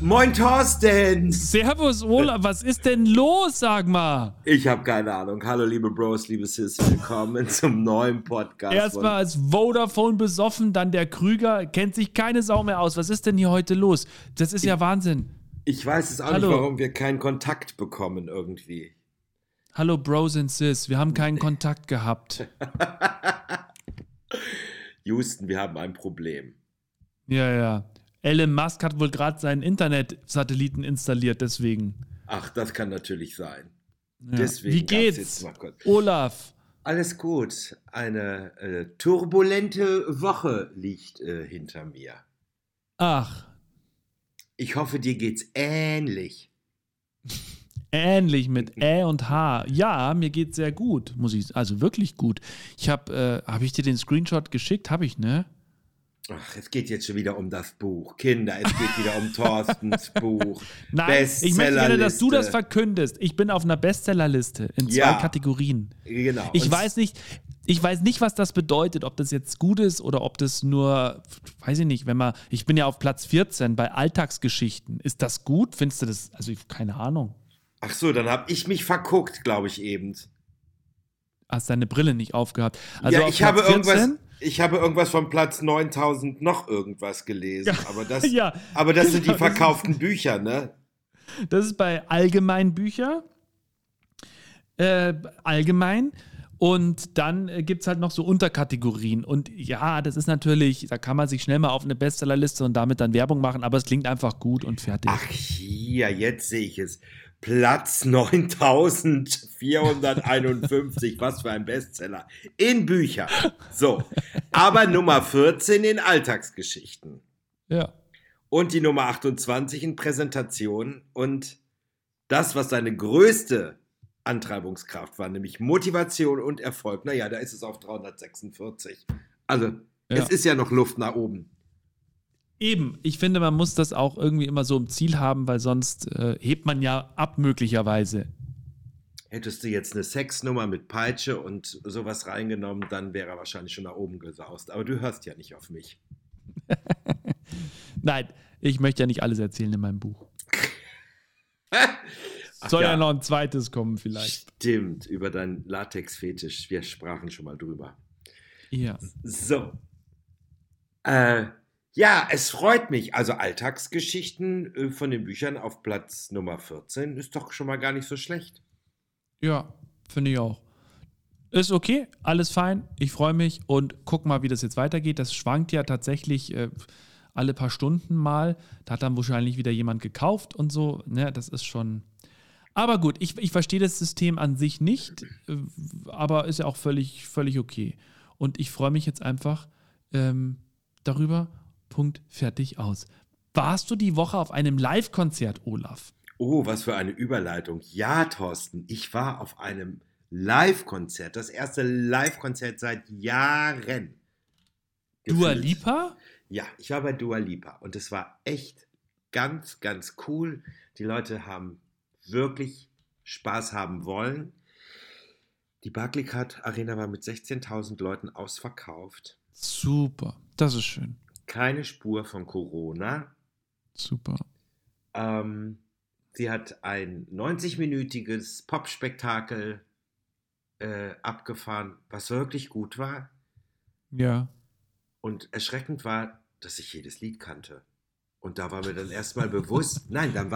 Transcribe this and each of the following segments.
Moin Thorsten! Servus Olaf, was ist denn los, sag mal? Ich habe keine Ahnung. Hallo liebe Bros, liebe Sis, willkommen zum neuen Podcast. Erstmal als Vodafone besoffen, dann der Krüger, kennt sich keine Sau mehr aus. Was ist denn hier heute los? Das ist ja Wahnsinn. Ich weiß es auch nicht, warum wir keinen Kontakt bekommen irgendwie. Hallo Bros and Sis, wir haben keinen Kontakt gehabt. Houston, wir haben ein Problem. Ja. Elon Musk hat wohl gerade seinen Internetsatelliten installiert, deswegen. Ach, das kann natürlich sein. Ja. Deswegen Wie geht's, jetzt mal kurz. Olaf? Alles gut. Eine turbulente Woche liegt hinter mir. Ach. Ich hoffe, dir geht's ähnlich. Ähnlich mit Ä und H. Ja, mir geht's sehr gut, also wirklich gut. Hab ich dir den Screenshot geschickt? Hab ich, ne? Ach, es geht jetzt schon wieder um das Buch. Kinder, es geht wieder um Thorstens Buch. Nein, ich möchte gerne, dass du das verkündest. Ich bin auf einer Bestsellerliste in 2 Kategorien. Genau. Ich weiß nicht, was das bedeutet, ob das jetzt gut ist oder ob das nur, weiß ich nicht, ich bin ja auf Platz 14 bei Alltagsgeschichten. Ist das gut? Findest du das? Also, keine Ahnung. Ach so, dann habe ich mich verguckt, glaube ich eben. Hast deine Brille nicht aufgehabt. Also ja, auf Platz 14, ich habe irgendwas von Platz 9000 noch irgendwas gelesen. Ja, aber das, ja, aber das sind die verkauften Bücher, ne? Das ist bei Allgemeinbücher. Allgemein. Und dann gibt es halt noch so Unterkategorien. Und ja, das ist natürlich, da kann man sich schnell mal auf eine Bestsellerliste und damit dann Werbung machen, aber es klingt einfach gut und fertig. Ach hier, jetzt sehe ich es. Platz 9451, was für ein Bestseller. In Büchern. So, aber Nummer 14 in Alltagsgeschichten. Ja. Und die Nummer 28 in Präsentationen. Und das, was seine größte Antreibungskraft war, nämlich Motivation und Erfolg. Naja, da ist es auf 346. Also, es ist ja noch Luft nach oben. Eben, ich finde, man muss das auch irgendwie immer so im Ziel haben, weil sonst hebt man ja ab möglicherweise. Hättest du jetzt eine Sexnummer mit Peitsche und sowas reingenommen, dann wäre er wahrscheinlich schon nach oben gesaust. Aber du hörst ja nicht auf mich. Nein, ich möchte ja nicht alles erzählen in meinem Buch. Soll ja noch ein zweites kommen vielleicht. Stimmt, über deinen Latex-Fetisch. Wir sprachen schon mal drüber. Ja. So. Ja, es freut mich. Also Alltagsgeschichten von den Büchern auf Platz Nummer 14 ist doch schon mal gar nicht so schlecht. Ja, finde ich auch. Ist okay, alles fein. Ich freue mich und guck mal, wie das jetzt weitergeht. Das schwankt ja tatsächlich alle paar Stunden mal. Da hat dann wahrscheinlich wieder jemand gekauft und so. Ne, das ist schon... Aber gut, ich verstehe das System an sich nicht, aber ist ja auch völlig okay. Und ich freue mich jetzt einfach darüber. Punkt, fertig, aus. Warst du die Woche auf einem Live-Konzert, Olaf? Oh, was für eine Überleitung. Ja, Thorsten, ich war auf einem Live-Konzert. Das erste Live-Konzert seit Jahren. Dua Lipa? Ja, ich war bei Dua Lipa und es war echt ganz, ganz cool. Die Leute haben wirklich Spaß haben wollen. Die Barclaycard Arena war mit 16.000 Leuten ausverkauft. Super, das ist schön. Keine Spur von Corona. Super. Sie hat ein 90-minütiges Popspektakel abgefahren, was wirklich gut war. Ja. Und erschreckend war, dass ich jedes Lied kannte. Und da war mir dann erstmal bewusst,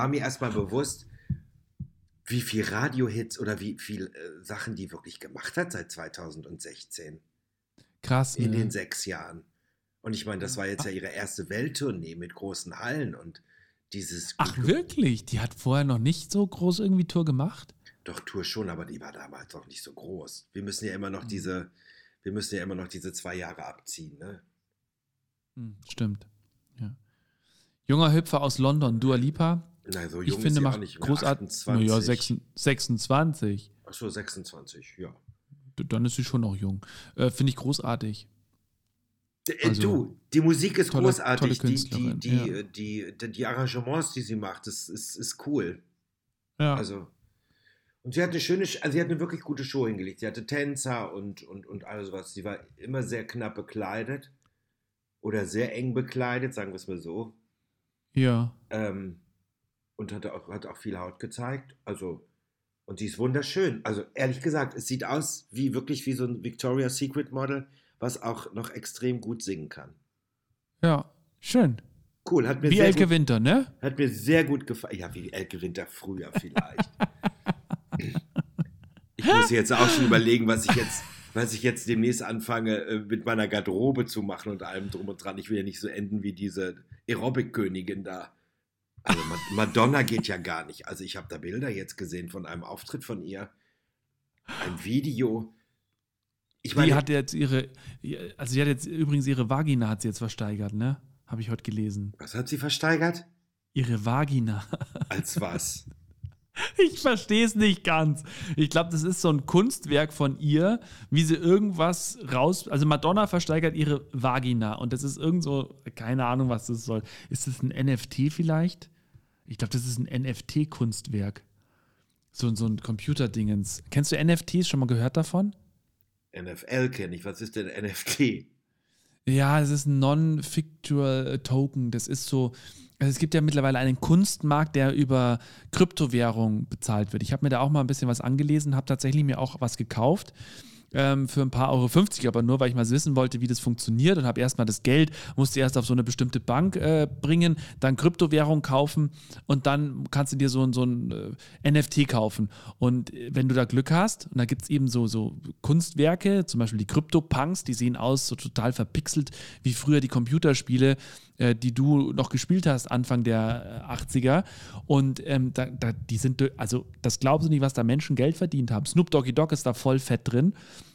wie viel Radiohits oder wie viel Sachen die wirklich gemacht hat seit 2016. Krass, in den 6 Jahren. Und ich meine, das war jetzt ja ihre erste Welttournee mit großen Hallen und dieses... Ach wirklich? Die hat vorher noch nicht so groß irgendwie Tour gemacht? Doch, Tour schon, aber die war damals auch nicht so groß. Wir müssen ja immer noch diese 2 Jahre abziehen, ne? Stimmt. Ja. Junger Hüpfer aus London, Dua Lipa. Na, so ich jung finde, ist macht auch nicht großartig. 28. Naja, 26. Ach so, 26, ja. Dann ist sie schon noch jung. Finde ich großartig. Du, die Musik ist großartig. Tolle Künstlerin, die Arrangements, die sie macht, das ist cool. Ja. Also, und sie hat eine wirklich gute Show hingelegt. Sie hatte Tänzer und alles was. Sie war immer sehr knapp bekleidet oder sehr eng bekleidet, sagen wir es mal so. Ja. und hat auch viel Haut gezeigt. Also, und sie ist wunderschön. Also, ehrlich gesagt, es sieht aus wirklich wie so ein Victoria's Secret Model, was auch noch extrem gut singen kann. Ja, schön. Cool, Wie Elke Winter, ne? Hat mir sehr gut gefallen. Ja, wie Elke Winter früher vielleicht. Ich muss jetzt auch schon überlegen, was ich jetzt demnächst anfange, mit meiner Garderobe zu machen und allem drum und dran. Ich will ja nicht so enden wie diese Aerobic-Königin da. Also Madonna geht ja gar nicht. Also ich habe da Bilder jetzt gesehen von einem Auftritt von ihr. Ein Video. Ich meine, Die hat jetzt übrigens ihre Vagina hat sie jetzt versteigert, ne? Habe ich heute gelesen. was hat sie versteigert? Ihre Vagina. Als was? Ich verstehe es nicht ganz. Ich glaube, das ist so ein Kunstwerk von ihr, wie sie irgendwas also Madonna versteigert ihre Vagina und das ist irgend so, keine Ahnung, was das soll. Ist das ein NFT vielleicht? Ich glaube, das ist ein NFT-Kunstwerk. So ein Computerdingens. Kennst du NFTs? Schon mal gehört davon? NFL kenne ich. Was ist denn NFT? Ja, es ist ein Non-Fictual Token. Das ist so, also es gibt ja mittlerweile einen Kunstmarkt, der über Kryptowährung bezahlt wird. Ich habe mir da auch mal ein bisschen was angelesen, habe tatsächlich mir auch was gekauft. Für ein paar Euro 50, aber nur, weil ich mal wissen wollte, wie das funktioniert und habe erstmal das Geld, musste erst auf so eine bestimmte Bank bringen, dann Kryptowährung kaufen und dann kannst du dir so ein NFT kaufen. Und wenn du da Glück hast, und da gibt es eben so Kunstwerke, zum Beispiel die Krypto-Punks, die sehen aus so total verpixelt wie früher die Computerspiele, die du noch gespielt hast, Anfang der 80er. Und die sind, also das glaubst du nicht, was da Menschen Geld verdient haben. Snoop Doggy Dogg ist da voll fett drin.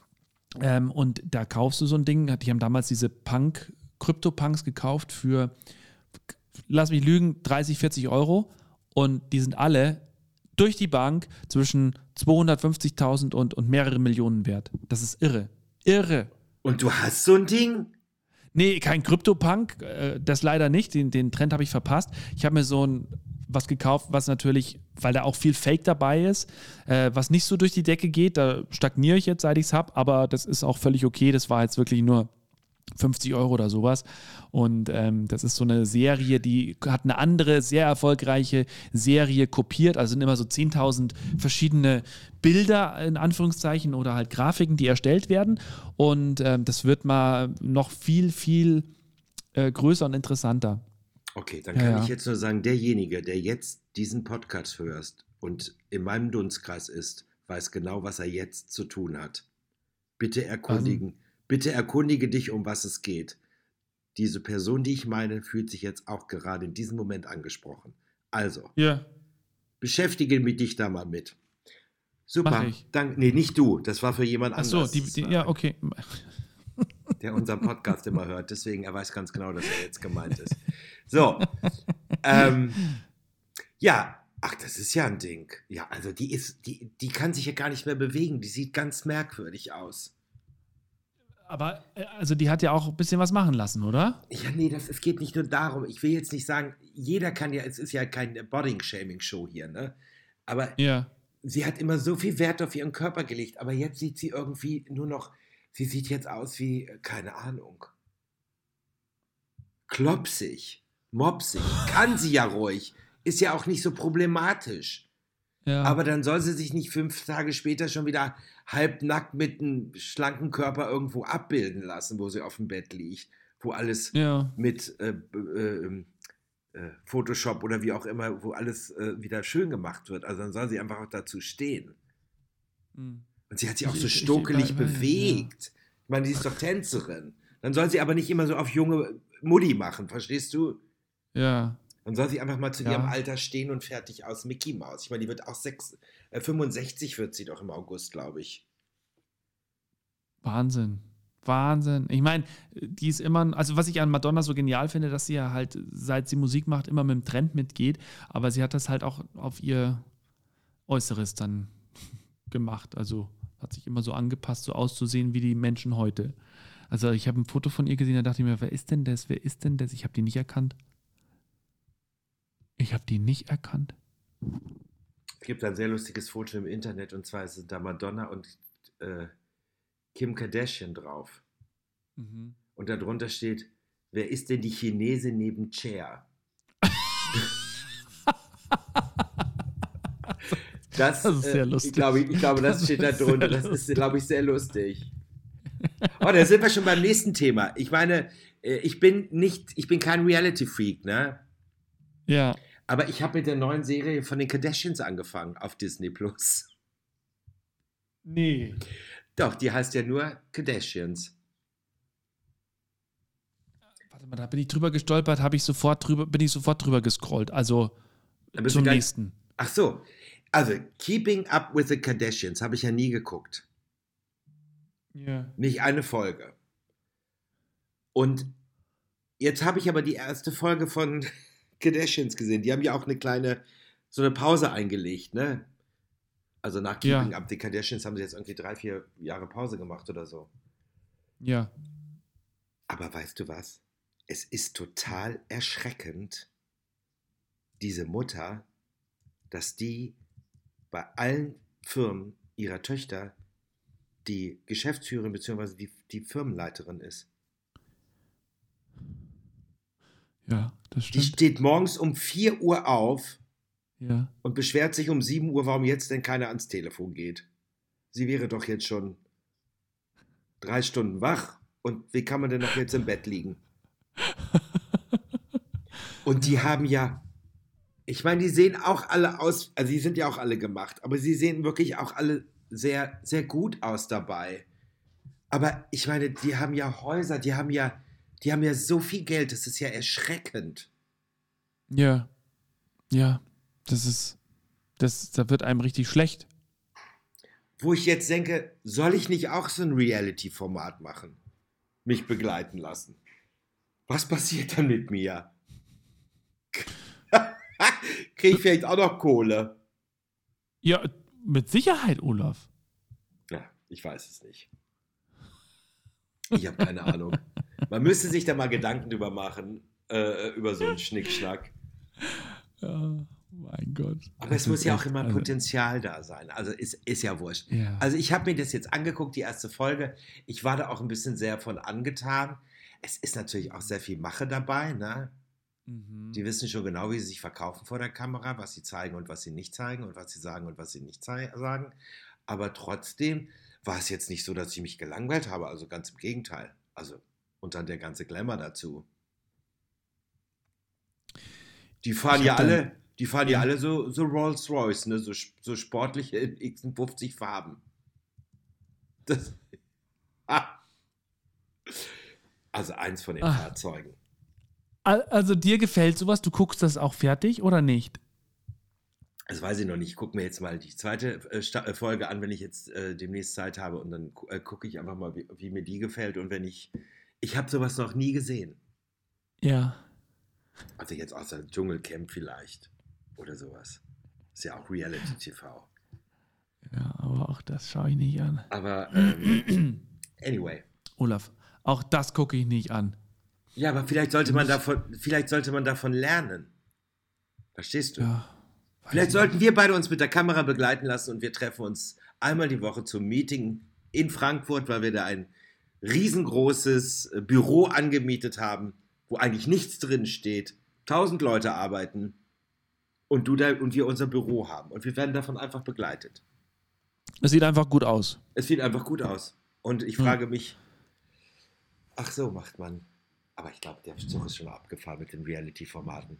Und da kaufst du so ein Ding. Die haben damals diese Krypto-Punks gekauft für, lass mich lügen, 30, 40 Euro. Und die sind alle durch die Bank zwischen 250.000 und mehrere Millionen wert. Das ist irre. Irre. Und du hast so ein Ding? Nee, kein Krypto-Punk, das leider nicht. Den Trend habe ich verpasst. Ich habe mir was gekauft, was natürlich, weil da auch viel Fake dabei ist, was nicht so durch die Decke geht. Da stagniere ich jetzt, seit ich es habe, aber das ist auch völlig okay. Das war jetzt wirklich nur 50 Euro oder sowas. Und das ist so eine Serie, die hat eine andere, sehr erfolgreiche Serie kopiert. Also sind immer so 10.000 verschiedene Bilder, in Anführungszeichen, oder halt Grafiken, die erstellt werden. Und das wird mal noch viel, viel größer und interessanter. Okay, dann kann ich jetzt nur sagen, derjenige, der jetzt diesen Podcast hörst und in meinem Dunstkreis ist, weiß genau, was er jetzt zu tun hat. Bitte erkundige dich, um was es geht. Diese Person, die ich meine, fühlt sich jetzt auch gerade in diesem Moment angesprochen. Also, beschäftige dich da mal mit. Super. Nee, nicht du. Das war für jemand anderes. Ach so, ja, okay. Der unseren Podcast immer hört. Deswegen, er weiß ganz genau, dass er jetzt gemeint ist. So. Ja, ach, das ist ja ein Ding. Ja, also die kann sich ja gar nicht mehr bewegen. Die sieht ganz merkwürdig aus. Aber, also die hat ja auch ein bisschen was machen lassen, oder? Ja, nee, es geht nicht nur darum. Ich will jetzt nicht sagen, jeder kann ja, es ist ja keine Body-Shaming-Show hier, ne? Aber sie hat immer so viel Wert auf ihren Körper gelegt, aber jetzt sieht sie irgendwie nur noch, sie sieht jetzt aus wie, keine Ahnung, klopsig, mopsig, kann sie ja ruhig, ist ja auch nicht so problematisch. Ja. Aber dann soll sie sich nicht 5 Tage später schon wieder halbnackt mit einem schlanken Körper irgendwo abbilden lassen, wo sie auf dem Bett liegt, wo alles mit Photoshop oder wie auch immer, wo alles wieder schön gemacht wird. Also dann soll sie einfach auch dazu stehen. Mhm. Und sie hat sich auch so stokelig bewegt. Ja. Ich meine, sie ist doch Tänzerin. Dann soll sie aber nicht immer so auf junge Mutti machen, verstehst du? Ja. Dann soll sie einfach mal zu ihrem Alter stehen und fertig aus Mickey Mouse. Ich meine, die wird auch 65 wird sie doch im August, glaube ich. Wahnsinn. Ich meine, die ist immer, also was ich an Madonna so genial finde, dass sie ja halt, seit sie Musik macht, immer mit dem Trend mitgeht, aber sie hat das halt auch auf ihr Äußeres dann gemacht. Also hat sich immer so angepasst, so auszusehen wie die Menschen heute. Also ich habe ein Foto von ihr gesehen, da dachte ich mir, wer ist denn das? Ich habe die nicht erkannt. Es gibt ein sehr lustiges Foto im Internet, und zwar ist da Madonna und Kim Kardashian drauf. Mhm. Und darunter steht, wer ist denn die Chinese neben Cher? Das ist sehr lustig. Ich glaube, das steht da drunter. Das ist, glaube ich, sehr lustig. Oh, da sind wir schon beim nächsten Thema. Ich meine, ich bin kein Reality-Freak, ne? Ja. Aber ich habe mit der neuen Serie von den Kardashians angefangen auf Disney Plus. Nee. Doch, die heißt ja nur Kardashians. Warte mal, da bin ich drüber gestolpert, bin ich sofort drüber gescrollt. Also zum nächsten. Ach so. Also, Keeping Up with the Kardashians habe ich ja nie geguckt. Ja. Nicht eine Folge. Und jetzt habe ich aber die erste Folge von Kardashians gesehen. Die haben ja auch so eine Pause eingelegt, ne? Also nach Keeping Up the Kardashians haben sie jetzt irgendwie 3-4 Jahre Pause gemacht oder so. Ja. Aber weißt du was? Es ist total erschreckend, diese Mutter, dass die bei allen Firmen ihrer Töchter die Geschäftsführerin bzw. die Firmenleiterin ist. Ja, das Die stimmt. steht morgens um 4 Uhr auf und beschwert sich um 7 Uhr, warum jetzt denn keiner ans Telefon geht. Sie wäre doch jetzt schon 3 Stunden wach und wie kann man denn noch jetzt im Bett liegen? Und die haben ja, ich meine, die sehen auch alle aus, also die sind ja auch alle gemacht, aber sie sehen wirklich auch alle sehr, sehr gut aus dabei. Aber ich meine, die haben ja Häuser, die haben ja so viel Geld, das ist ja erschreckend. Ja. Ja. Da wird einem richtig schlecht. Wo ich jetzt denke, soll ich nicht auch so ein Reality-Format machen? Mich begleiten lassen. Was passiert dann mit mir? Kriege ich vielleicht auch noch Kohle? Ja, mit Sicherheit, Olaf. Ja, ich weiß es nicht. Ich habe keine Ahnung. Man müsste sich da mal Gedanken drüber machen, über so einen Schnickschnack. Ja, mein Gott. Aber es muss ja auch immer Potenzial da sein. Also ist ja wurscht. Ja. Also ich habe mir das jetzt angeguckt, die erste Folge. Ich war da auch ein bisschen sehr von angetan. Es ist natürlich auch sehr viel Mache dabei, ne? Mhm. Die wissen schon genau, wie sie sich verkaufen vor der Kamera, was sie zeigen und was sie nicht zeigen und was sie sagen und was sie nicht sagen. Aber trotzdem war es jetzt nicht so, dass ich mich gelangweilt habe. Also ganz im Gegenteil. Also und dann der ganze Glamour dazu. Die fahren ja alle so Rolls-Royce, ne? so sportliche in x50 Farben. Also eins von den Fahrzeugen. Also dir gefällt sowas, du guckst das auch fertig oder nicht? Das weiß ich noch nicht. Ich gucke mir jetzt mal die zweite Folge an, wenn ich jetzt demnächst Zeit habe und dann gucke ich einfach mal, wie mir die gefällt und wenn ich habe sowas noch nie gesehen. Ja. Also jetzt außer Dschungelcamp vielleicht oder sowas. Ist ja auch Reality-TV. Ja, aber auch das schaue ich nicht an. Aber anyway. Olaf, auch das gucke ich nicht an. Ja, aber vielleicht sollte man davon lernen. Verstehst du? Ja. Vielleicht sollten wir beide uns mit der Kamera begleiten lassen und wir treffen uns einmal die Woche zum Meeting in Frankfurt, weil wir da ein riesengroßes Büro angemietet haben, wo eigentlich nichts drin steht, 1000 Leute arbeiten und wir unser Büro haben. Und wir werden davon einfach begleitet. Es sieht einfach gut aus. Es sieht einfach gut aus. Und ich frage mich, ach so macht man. Aber ich glaube, der Zug ist schon abgefahren mit den Reality-Formaten.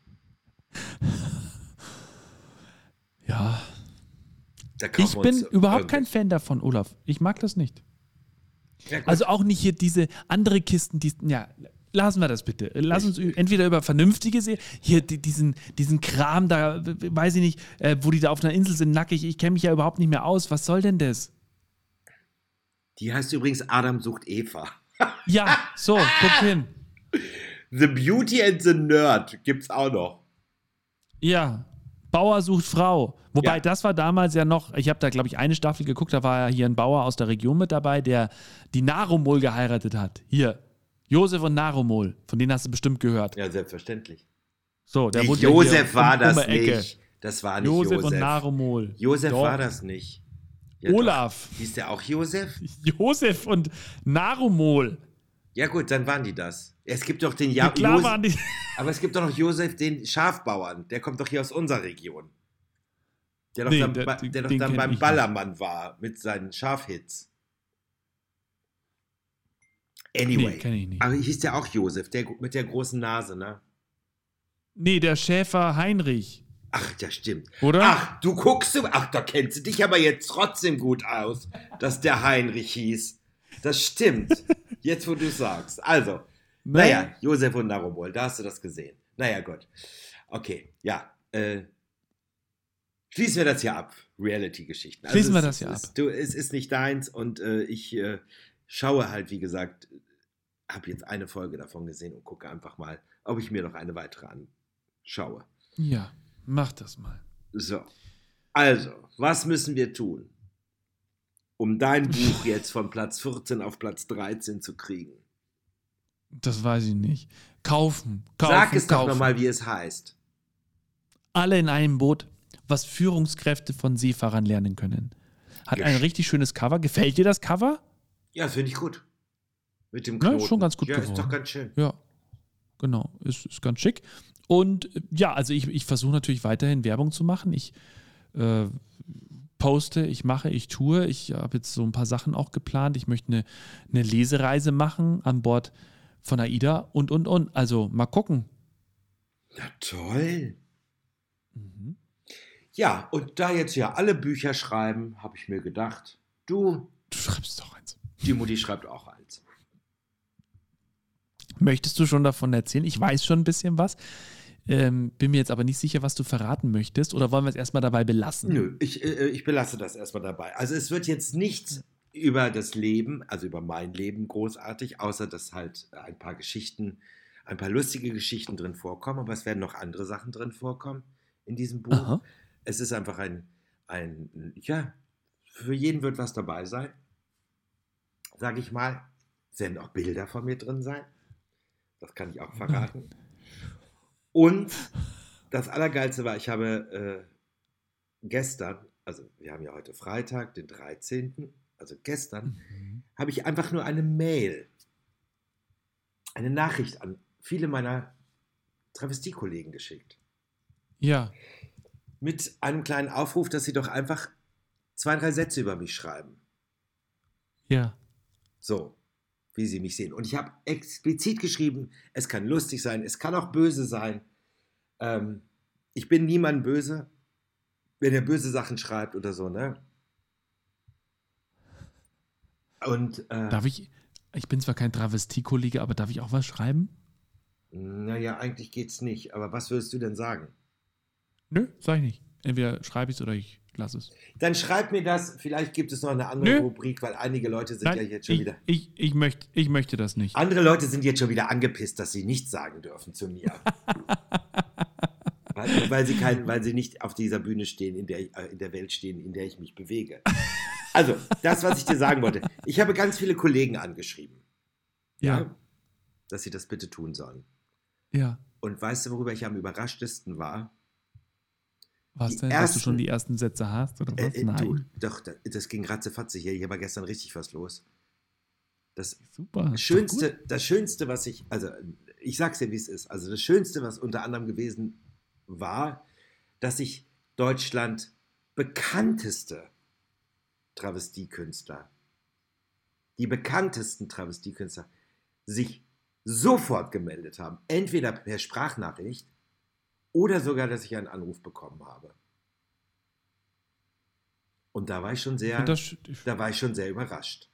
Ja. Ich bin überhaupt kein Fan davon, Olaf. Ich mag das nicht. Ja, also auch nicht hier diese andere Kisten, lassen wir das bitte. Lass uns entweder über vernünftige Serien, hier diesen Kram da, weiß ich nicht, wo die da auf einer Insel sind, nackig, ich kenne mich ja überhaupt nicht mehr aus. Was soll denn das? Die heißt übrigens Adam sucht Eva. Ja, so, guck hin. The Beauty and the Nerd gibt's auch noch. Ja, Bauer sucht Frau. Wobei, das war damals ja noch, ich habe da, glaube ich, eine Staffel geguckt, da war ja hier ein Bauer aus der Region mit dabei, der die Narumol geheiratet hat. Hier, Josef und Narumol, von denen hast du bestimmt gehört. Ja, selbstverständlich. So, der wurde Josef war das nicht. Das war nicht Josef. Josef und Narumol. Josef war das nicht. Ja, Olaf. Hieß der auch Josef? Josef und Narumol. Ja gut, dann waren die das. Es gibt doch den klar waren die. Aber es gibt doch noch Josef, den Schafbauern. Der kommt doch hier aus unserer Region. Der doch Nee, dann, der- der doch den dann kenn beim ich Ballermann war mit seinen Schafhits. Nee, Anyway. kenne ich nicht. Aber hieß der auch Josef, der mit der großen Nase, ne? Nee, der Schäfer Heinrich, Ach, das stimmt. oder? Ach, du guckst du. Ach, da kennst du dich aber jetzt trotzdem gut aus, dass der Heinrich hieß. Das stimmt. Jetzt, wo du sagst. Also, naja, Josef und Narumol, da hast du das gesehen. Naja, gut. Okay, ja. Schließen wir das hier ab. Reality-Geschichten. Schließen wir das hier ab. Es ist nicht deins und ich schaue halt, wie gesagt, habe jetzt eine Folge davon gesehen und gucke einfach mal, ob ich mir noch eine weitere anschaue. Ja, mach das mal. So, also, was müssen wir tun, um dein Buch jetzt von Platz 14 auf Platz 13 zu kriegen? Das weiß ich nicht. Kaufen. Sag es doch nochmal, wie es heißt. Alle in einem Boot, was Führungskräfte von Seefahrern lernen können. Hat ein richtig schönes Cover. Gefällt dir das Cover? Ja, das finde ich gut. Mit dem Ja, Knoten. ist schon ganz gut Ja, ist geworden. doch ganz schön. Ja, genau. Ist ganz schick. Und ja, also ich versuche natürlich weiterhin Werbung zu machen. Ich poste, ich mache, ich tue. Ich habe jetzt so ein paar Sachen auch geplant. Ich möchte eine Lesereise machen an Bord von AIDA und. Also mal gucken. Na toll. Mhm. Ja, und da jetzt ja alle Bücher schreiben, habe ich mir gedacht, Du schreibst doch eins. die Mutti schreibt auch eins. Möchtest du schon davon erzählen? Ich weiß schon ein bisschen was. Bin mir jetzt aber nicht sicher, was du verraten möchtest. Oder wollen wir es erstmal dabei belassen? Nö, ich belasse das erstmal dabei. Also es wird jetzt nichts über das Leben, also über mein Leben großartig, außer dass halt ein paar Geschichten, ein paar lustige Geschichten drin vorkommen, aber es werden noch andere Sachen drin vorkommen in diesem Buch. Aha. Es ist einfach ja, für jeden wird was dabei sein, sage ich mal. Es werden auch Bilder von mir drin sein. Das kann ich auch verraten. Und das Allergeilste war, ich habe gestern, also wir haben ja heute Freitag, den 13., also gestern, habe ich einfach nur eine Mail, eine Nachricht an viele meiner Travestiekollegen geschickt. Ja. Mit einem kleinen Aufruf, dass sie doch einfach 2, 3 Sätze über mich schreiben. Ja. So, wie sie mich sehen. Und ich habe explizit geschrieben, es kann lustig sein, es kann auch böse sein. Ich bin niemandem böse, wenn er böse Sachen schreibt oder so, ne? Und, Darf ich bin zwar kein Travestiekollege, aber darf ich auch was schreiben? naja, eigentlich geht's nicht. Aber was würdest du denn sagen? Nö, sag ich nicht. Entweder schreibe ich es oder ich lasse es. Dann schreib mir das, vielleicht gibt es noch eine andere Nö. Rubrik, weil einige Leute sind Nein, ja jetzt schon wieder... ich möchte das nicht. Andere Leute sind jetzt schon wieder angepisst, dass sie nichts sagen dürfen zu mir. weil sie nicht auf dieser Bühne stehen, in der Welt stehen, in der ich mich bewege. Also, das, was ich dir sagen wollte. Ich habe ganz viele Kollegen angeschrieben. Ja. Dass sie das bitte tun sollen. Ja. Und weißt du, worüber ich am überraschtesten war? Was Die denn? Dass du ersten- schon die ersten Sätze hast, oder was? Nein. Doch, das ging ratzefatze hier. Hier war gestern richtig was los. Das Super. ist das Schönste, was ich sag's dir, wie es ist. Also das Schönste, was unter anderem gewesen war, dass sich Deutschland bekannteste Travestiekünstler, die bekanntesten Travestiekünstler, sich sofort gemeldet haben. Entweder per Sprachnachricht oder sogar, dass ich einen Anruf bekommen habe. Und da war ich schon sehr, überrascht.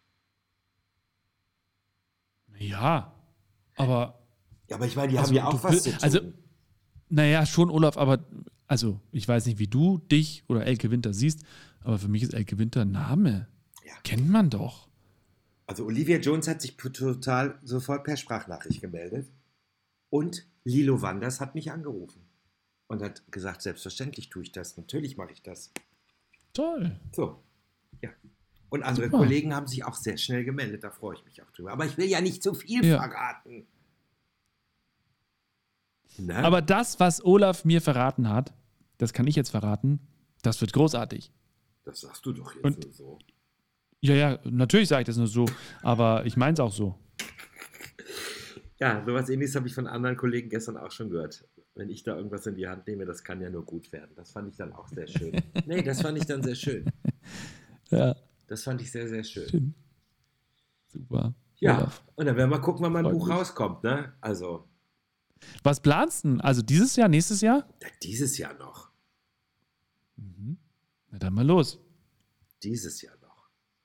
Ja, aber Ja, aber ich meine, die Also, haben ja auch du was will- zu tun. also- naja, schon, Olaf, aber also ich weiß nicht, wie du dich oder Elke Winter siehst, aber für mich ist Elke Winter ein Name. Ja. Kennt man doch. Also Olivia Jones hat sich total sofort per Sprachnachricht gemeldet. Und Lilo Wanders hat mich angerufen. Und hat gesagt, selbstverständlich tue ich das. Natürlich mache ich das. Toll. So, ja. Und andere Super. Kollegen haben sich auch sehr schnell gemeldet. Da freue ich mich auch drüber. Aber ich will ja nicht zu viel Ja. verraten. Na? Aber das, was Olaf mir verraten hat, das kann ich jetzt verraten, das wird großartig. Das sagst du doch jetzt Und- so. Ja, natürlich sage ich das nur so, aber ich meine es auch so. Ja, sowas Ähnliches habe ich von anderen Kollegen gestern auch schon gehört. wenn ich da irgendwas in die Hand nehme, das kann ja nur gut werden. Das fand ich dann auch sehr schön. Nee, das fand ich dann sehr schön. Ja. Das fand ich sehr, sehr schön. Schön. Super. Ja, Olaf. und dann werden wir gucken, wann mein Freut Buch mich. rauskommt, ne? Also, Was planst du denn? Also dieses Jahr, nächstes Jahr? ja, dieses Jahr noch. Na dann mal los. Dieses Jahr noch.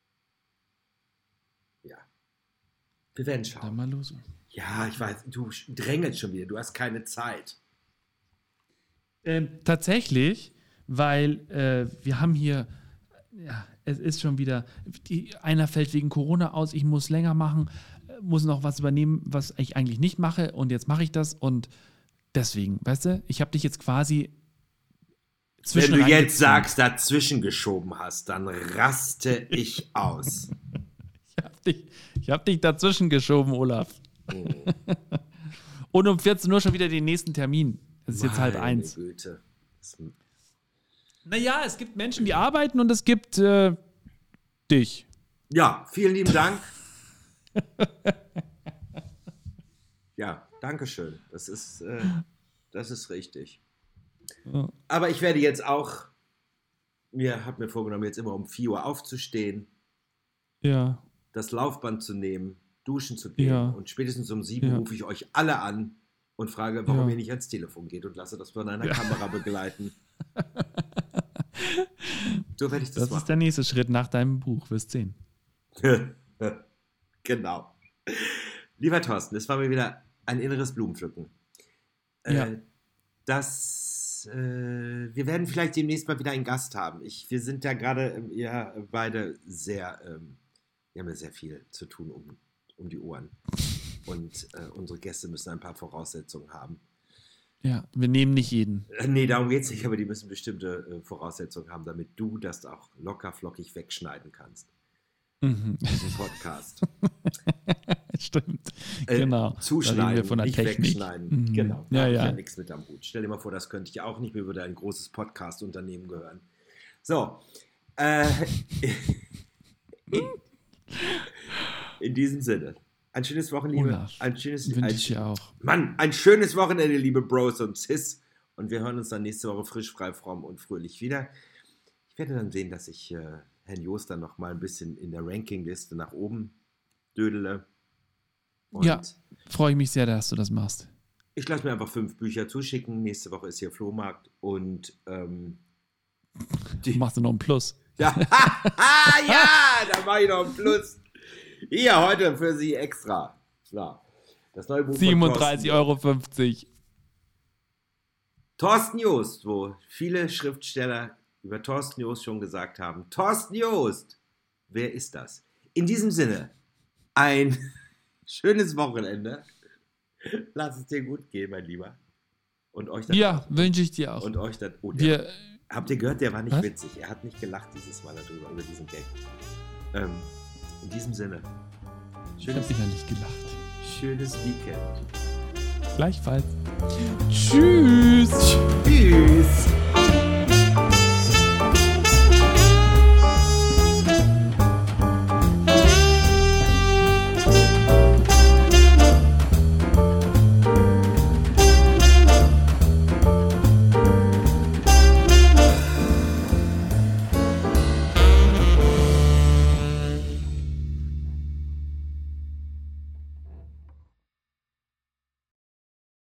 Ja. Wir werden Dann schauen. mal los. Ja, ich weiß, du drängelst schon wieder. Du hast keine Zeit. Tatsächlich, weil wir haben hier, ja, es ist schon wieder, einer fällt wegen Corona aus, ich muss länger machen, muss noch was übernehmen, was ich eigentlich nicht mache und jetzt mache ich das und deswegen, weißt du, ich habe dich jetzt quasi Wenn du jetzt reingezogen. sagst, dazwischen geschoben hast, dann raste ich aus. Ich hab dich dazwischen geschoben, Olaf. Und um 14 Uhr schon wieder den nächsten Termin. Es ist jetzt Meine 12:30. Güte. Naja, es gibt Menschen, die arbeiten und es gibt dich. Ja, vielen lieben Dank. Ja, danke schön. Das ist richtig. Ja. Aber ich werde jetzt auch, habe mir vorgenommen, jetzt immer um 4 Uhr aufzustehen, Ja. das Laufband zu nehmen, duschen zu gehen Ja. und spätestens um 7 Ja. rufe ich euch alle an und frage, warum Ja. ihr nicht ans Telefon geht und lasse das von einer Kamera begleiten. So werde ich das Das ist machen. der nächste Schritt nach deinem Buch, wirst sehen. Genau. Lieber Thorsten, es war mir wieder ein inneres Blumenpflücken. Ja. Wir werden vielleicht demnächst mal wieder einen Gast haben. Wir sind ja gerade, beide sehr, wir haben ja sehr viel zu tun um die Ohren. Und unsere Gäste müssen ein paar Voraussetzungen haben. Ja, wir nehmen nicht jeden. Nee, darum geht es nicht, aber die müssen bestimmte Voraussetzungen haben, damit du das auch locker flockig wegschneiden kannst. Mhm. Diesen Podcast. Stimmt. Genau. Da reden Zuschneiden, wir von der nicht Technik. wegschneiden. Mhm. Genau. Da Ja, habe ich ja. ja nichts mit am Hut. Stell dir mal vor, das könnte ich auch nicht. Mir würde ein großes Podcast-Unternehmen gehören. So. In diesem Sinne. Ein schönes Wochenende. Olaf, wünsche ich dir auch. Mann, ein schönes Wochenende, liebe Bros und Sis. Und wir hören uns dann nächste Woche frisch, frei, fromm und fröhlich wieder. Ich werde dann sehen, dass ich Herrn Jost dann noch mal ein bisschen in der Rankingliste nach oben dödele. Und Ja, freue ich mich sehr, dass du das machst. ich lasse mir einfach 5 Bücher zuschicken. Nächste Woche ist hier Flohmarkt. Und Machst du noch ein Plus? ja, ja, da mache ich noch ein Plus. Hier, heute für Sie extra. Klar. Das neue Buch von 37,50 €. Thorsten Jost, wo viele Schriftsteller über Thorsten Jost schon gesagt haben. Thorsten Jost, wer ist das? In diesem Sinne, ein schönes Wochenende. Lass es dir gut gehen, mein Lieber. Und euch dann. Ja, wünsche ich dir auch. Und euch dann. Oh, habt ihr gehört, der war nicht Was? witzig. Er hat nicht gelacht dieses Mal darüber, über diesen Gag. In diesem Sinne. Ich habe innerlich gelacht. Schönes Weekend. Gleichfalls. Tschüss. Tschüss.